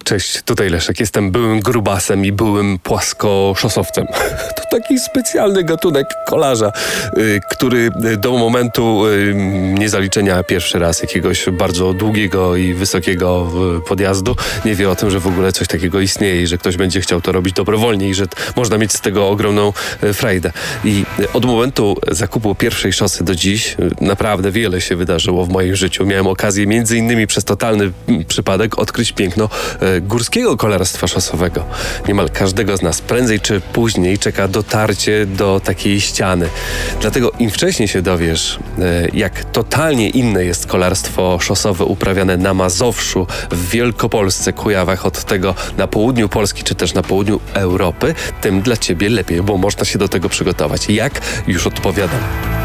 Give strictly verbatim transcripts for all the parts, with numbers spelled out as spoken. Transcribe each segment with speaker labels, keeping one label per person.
Speaker 1: Cześć, tutaj Leszek. Jestem byłym grubasem i byłym płaskoszosowcem. To taki specjalny gatunek kolarza, yy, który do momentu yy, niezaliczenia pierwszy raz jakiegoś bardzo długiego i wysokiego yy, podjazdu nie wie o tym, że w ogóle coś takiego istnieje i że ktoś będzie chciał to robić dobrowolnie i że t- można mieć z tego ogromną yy, frajdę. I yy, od momentu zakupu pierwszej szosy do dziś yy, naprawdę wiele się wydarzyło w moim życiu. Miałem okazję między innymi przez totalny yy, przypadek odkryć piękno yy, górskiego kolarstwa szosowego. Niemal każdego z nas prędzej czy później czeka dotarcie do takiej ściany. Dlatego im wcześniej się dowiesz, jak totalnie inne jest kolarstwo szosowe uprawiane na Mazowszu, w Wielkopolsce, Kujawach, od tego na południu Polski czy też na południu Europy, tym dla ciebie lepiej, bo można się do tego przygotować. Jak? Już odpowiadam.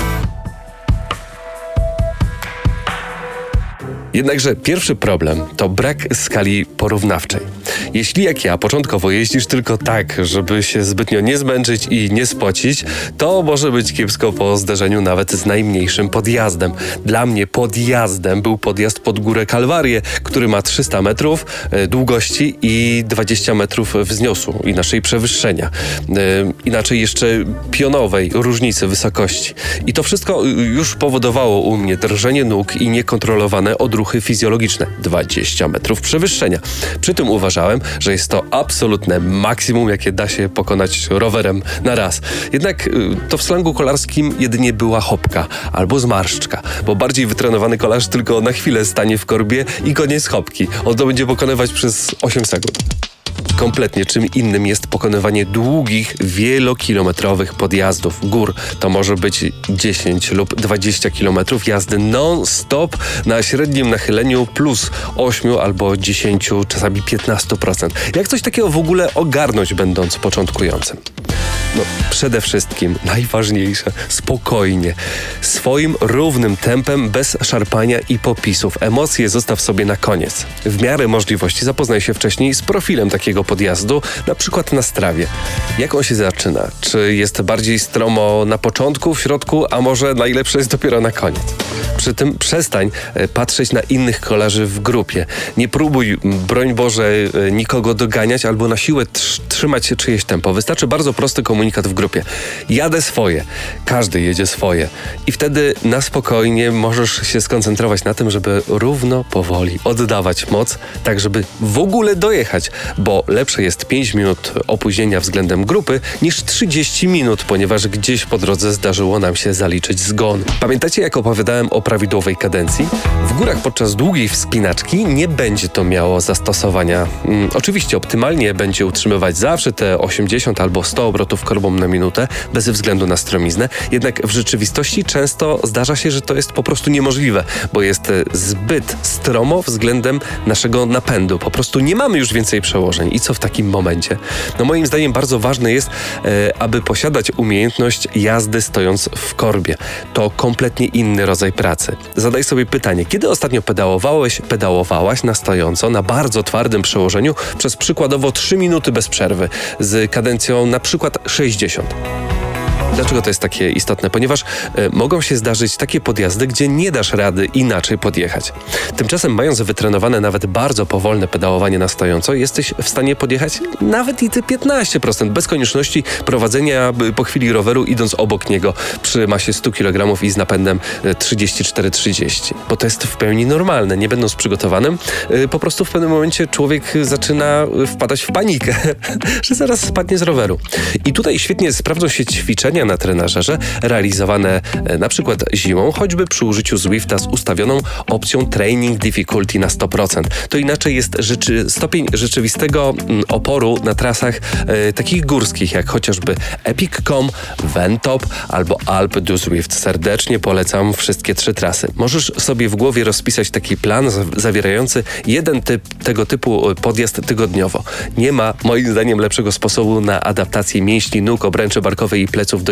Speaker 1: Jednakże pierwszy problem to brak skali porównawczej. Jeśli jak ja początkowo jeździsz tylko tak, żeby się zbytnio nie zmęczyć i nie spocić, to może być kiepsko po zderzeniu nawet z najmniejszym podjazdem. Dla mnie podjazdem był podjazd pod górę Kalwarię, który ma trzysta metrów e, długości i dwadzieścia metrów wzniosu, inaczej przewyższenia. E, inaczej jeszcze pionowej różnicy wysokości. I to wszystko już powodowało u mnie drżenie nóg i niekontrolowane odruchy fizjologiczne. dwadzieścia metrów przewyższenia. Przy tym uważałem, że jest to absolutne maksimum, jakie da się pokonać rowerem na raz. Jednak to w slangu kolarskim jedynie była hopka albo zmarszczka, bo bardziej wytrenowany kolarz tylko na chwilę stanie w korbie i koniec hopki. On to będzie pokonywać przez osiem sekund. Kompletnie czym innym jest pokonywanie długich, wielokilometrowych podjazdów gór. To może być dziesięć lub dwadzieścia kilometrów jazdy non-stop na średnim nachyleniu plus osiem albo dziesięć, czasami piętnaście procent. Jak coś takiego w ogóle ogarnąć, będąc początkującym? No, przede wszystkim, najważniejsze, spokojnie. Swoim równym tempem, bez szarpania i popisów. Emocje zostaw sobie na koniec. W miarę możliwości zapoznaj się wcześniej z profilem takiego podjazdu, na przykład na Strawie. Jak on się zaczyna? Czy jest bardziej stromo na początku, w środku, a może najlepsze jest dopiero na koniec? Przy tym przestań patrzeć na innych kolarzy w grupie. Nie próbuj, broń Boże, nikogo doganiać albo na siłę tr- trzymać się czyjeś tempo. Wystarczy bardzo prosty komunikat w grupie. Jadę swoje. Każdy jedzie swoje. I wtedy na spokojnie możesz się skoncentrować na tym, żeby równo, powoli oddawać moc, tak żeby w ogóle dojechać, bo lepsze jest pięć minut opóźnienia względem grupy niż trzydzieści minut, ponieważ gdzieś po drodze zdarzyło nam się zaliczyć zgon. Pamiętacie, jak opowiadałem o prawidłowej kadencji? W górach podczas długiej wspinaczki nie będzie to miało zastosowania. Hmm, oczywiście optymalnie będzie utrzymywać zawsze te osiemdziesiąt albo sto obrotów korbą na minutę, bez względu na stromiznę. Jednak w rzeczywistości często zdarza się, że to jest po prostu niemożliwe, bo jest zbyt stromo względem naszego napędu. Po prostu nie mamy już więcej przełożeń. I co w takim momencie? No moim zdaniem bardzo ważne jest, e, aby posiadać umiejętność jazdy stojąc w korbie. To kompletnie inny rodzaj pracy. Zadaj sobie pytanie, kiedy ostatnio pedałowałeś, pedałowałaś na stojąco, na bardzo twardym przełożeniu przez przykładowo trzy minuty bez przerwy, z kadencją na przykład sześćdziesiąt. Dlaczego to jest takie istotne? Ponieważ y, mogą się zdarzyć takie podjazdy, gdzie nie dasz rady inaczej podjechać. Tymczasem, mając wytrenowane nawet bardzo powolne pedałowanie na stojąco, jesteś w stanie podjechać nawet i te piętnaście procent bez konieczności prowadzenia y, po chwili roweru, idąc obok niego przy masie sto kilogramów i z napędem y, trzydzieści cztery trzydzieści. Bo to jest w pełni normalne. Nie będąc przygotowanym, y, po prostu w pewnym momencie człowiek zaczyna wpadać w panikę, że zaraz spadnie z roweru. I tutaj świetnie sprawdzą się ćwiczenia na trenażerze, realizowane e, na przykład zimą, choćby przy użyciu Zwifta z ustawioną opcją Training Difficulty na sto procent. To inaczej jest rzeczy, stopień rzeczywistego m, oporu na trasach e, takich górskich, jak chociażby Epic kropka com, Ventop albo Alpe du Zwift. Serdecznie polecam wszystkie trzy trasy. Możesz sobie w głowie rozpisać taki plan z, zawierający jeden typ tego typu podjazd tygodniowo. Nie ma, moim zdaniem, lepszego sposobu na adaptację mięśni, nóg, obręczy barkowej i pleców do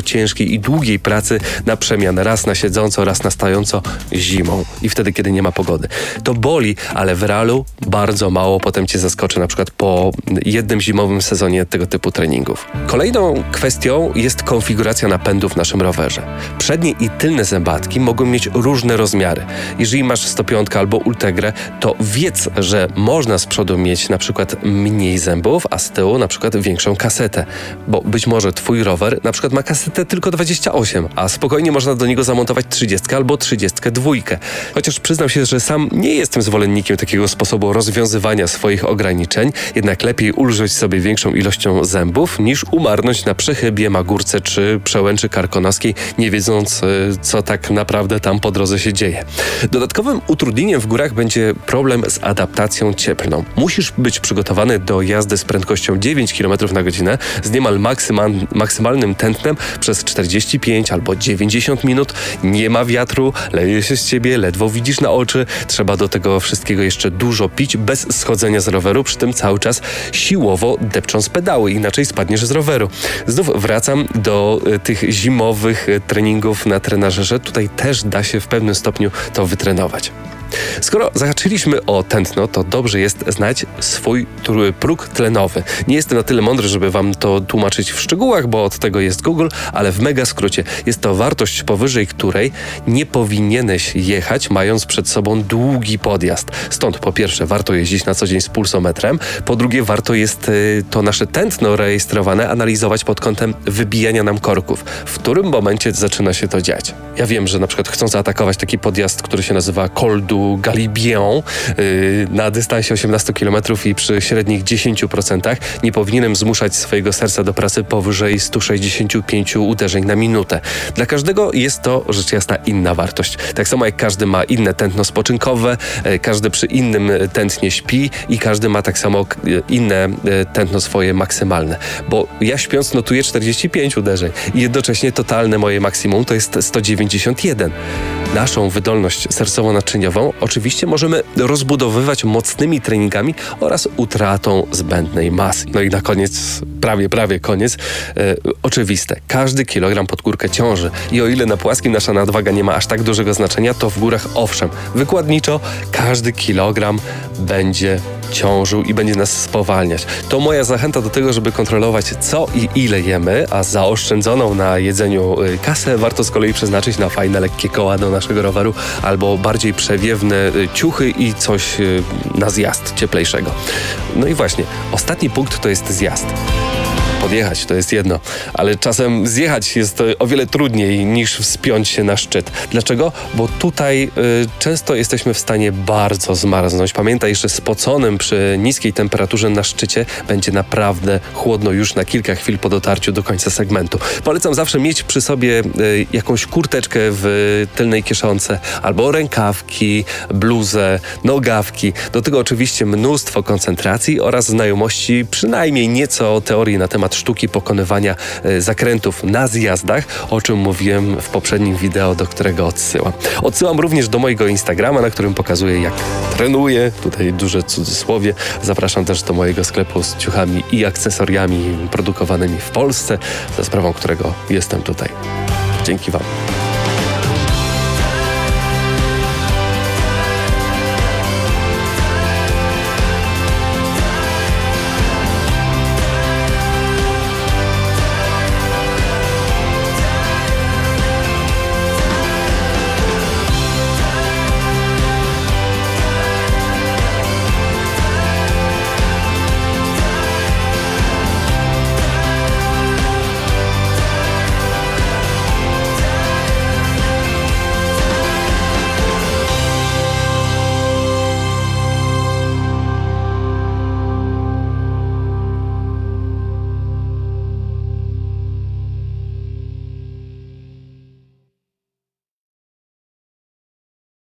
Speaker 1: do ciężkiej i długiej pracy na przemianę, raz na siedząco, raz na stojąco zimą i wtedy, kiedy nie ma pogody. To boli, ale w realu bardzo mało potem cię zaskoczy, na przykład po jednym zimowym sezonie tego typu treningów. Kolejną kwestią jest konfiguracja napędu w naszym rowerze. Przednie i tylne zębatki mogą mieć różne rozmiary. Jeżeli masz sto pięć albo Ultegrę, to wiedz, że można z przodu mieć na przykład mniej zębów, a z tyłu na przykład większą kasetę, bo być może twój rower na przykład ma kasetę tylko dwadzieścia osiem, a spokojnie można do niego zamontować trzydzieści albo trzydzieści dwa. Chociaż przyznam się, że sam nie jestem zwolennikiem takiego sposobu rozwiązywania swoich ograniczeń, jednak lepiej ulżyć sobie większą ilością zębów, niż umarnąć na przechybie, magórce czy przełęczy karkonoskiej, nie wiedząc, co tak naprawdę tam po drodze się dzieje. Dodatkowym utrudnieniem w górach będzie problem z adaptacją cieplną. Musisz być przygotowany do jazdy z prędkością dziewięć kilometrów na godzinę z niemal maksymal, maksymalnym tętnem przez czterdzieści pięć albo dziewięćdziesiąt minut. Nie ma wiatru, leje się z ciebie, ledwo widzisz na oczy. Trzeba do tego wszystkiego jeszcze dużo pić bez schodzenia z roweru, przy tym cały czas siłowo depcząc pedały, inaczej spadniesz z roweru. Znów wracam do y, tych zimowych y, treningów na trenażerze. Tutaj też da się w pewnym stopniu to wytrenować. Skoro zahaczyliśmy o tętno, to dobrze jest znać swój próg tlenowy. Nie jestem na tyle mądry, żeby wam to tłumaczyć w szczegółach, bo od tego jest Google, ale w mega skrócie jest to wartość, powyżej której nie powinieneś jechać, mając przed sobą długi podjazd. Stąd po pierwsze warto jeździć na co dzień z pulsometrem, po drugie warto jest y, to nasze tętno rejestrowane analizować pod kątem wybijania nam korków. W którym momencie zaczyna się to dziać? Ja wiem, że na przykład chcą zaatakować taki podjazd, który się nazywa Col du Galibier yy, na dystansie osiemnaście kilometrów i przy średnich dziesięć procent nie powinienem zmuszać swojego serca do pracy powyżej sto sześćdziesiąt pięć uderzeń na minutę. Dla każdego jest to rzecz jasna inna wartość. Tak samo jak każdy ma inne tętno spoczynkowe, yy, każdy przy innym tętnie śpi i każdy ma tak samo yy, inne yy, tętno swoje maksymalne. Bo ja śpiąc notuję czterdzieści pięć uderzeń i jednocześnie totalne moje maksimum to jest sto dziewięćdziesiąt jeden. Naszą wydolność sercowo-naczyniową oczywiście możemy rozbudowywać mocnymi treningami oraz utratą zbędnej masy. No i na koniec, prawie, prawie koniec, e, oczywiste. Każdy kilogram pod górkę ciąży i o ile na płaskim nasza nadwaga nie ma aż tak dużego znaczenia, to w górach owszem. Wykładniczo każdy kilogram będzie ciążył i będzie nas spowalniać. To moja zachęta do tego, żeby kontrolować co i ile jemy, a zaoszczędzoną na jedzeniu kasę warto z kolei przeznaczyć na fajne, lekkie koła do naszego roweru albo bardziej przewiewne ciuchy i coś na zjazd cieplejszego. No i właśnie, ostatni punkt to jest zjazd. Podjechać to jest jedno, ale czasem zjechać jest o wiele trudniej niż wspiąć się na szczyt. Dlaczego? Bo tutaj y, często jesteśmy w stanie bardzo zmarznąć. Pamiętaj, że spoconym przy niskiej temperaturze na szczycie będzie naprawdę chłodno już na kilka chwil po dotarciu do końca segmentu. Polecam zawsze mieć przy sobie y, jakąś kurteczkę w tylnej kieszonce, albo rękawki, bluzę, nogawki. Do tego oczywiście mnóstwo koncentracji oraz znajomości, przynajmniej nieco teorii na temat sztuki pokonywania y, zakrętów na zjazdach, o czym mówiłem w poprzednim wideo, do którego odsyłam. Odsyłam również do mojego Instagrama, na którym pokazuję, jak trenuję, tutaj duże cudzysłowie. Zapraszam też do mojego sklepu z ciuchami i akcesoriami produkowanymi w Polsce, za sprawą którego jestem tutaj. Dzięki wam.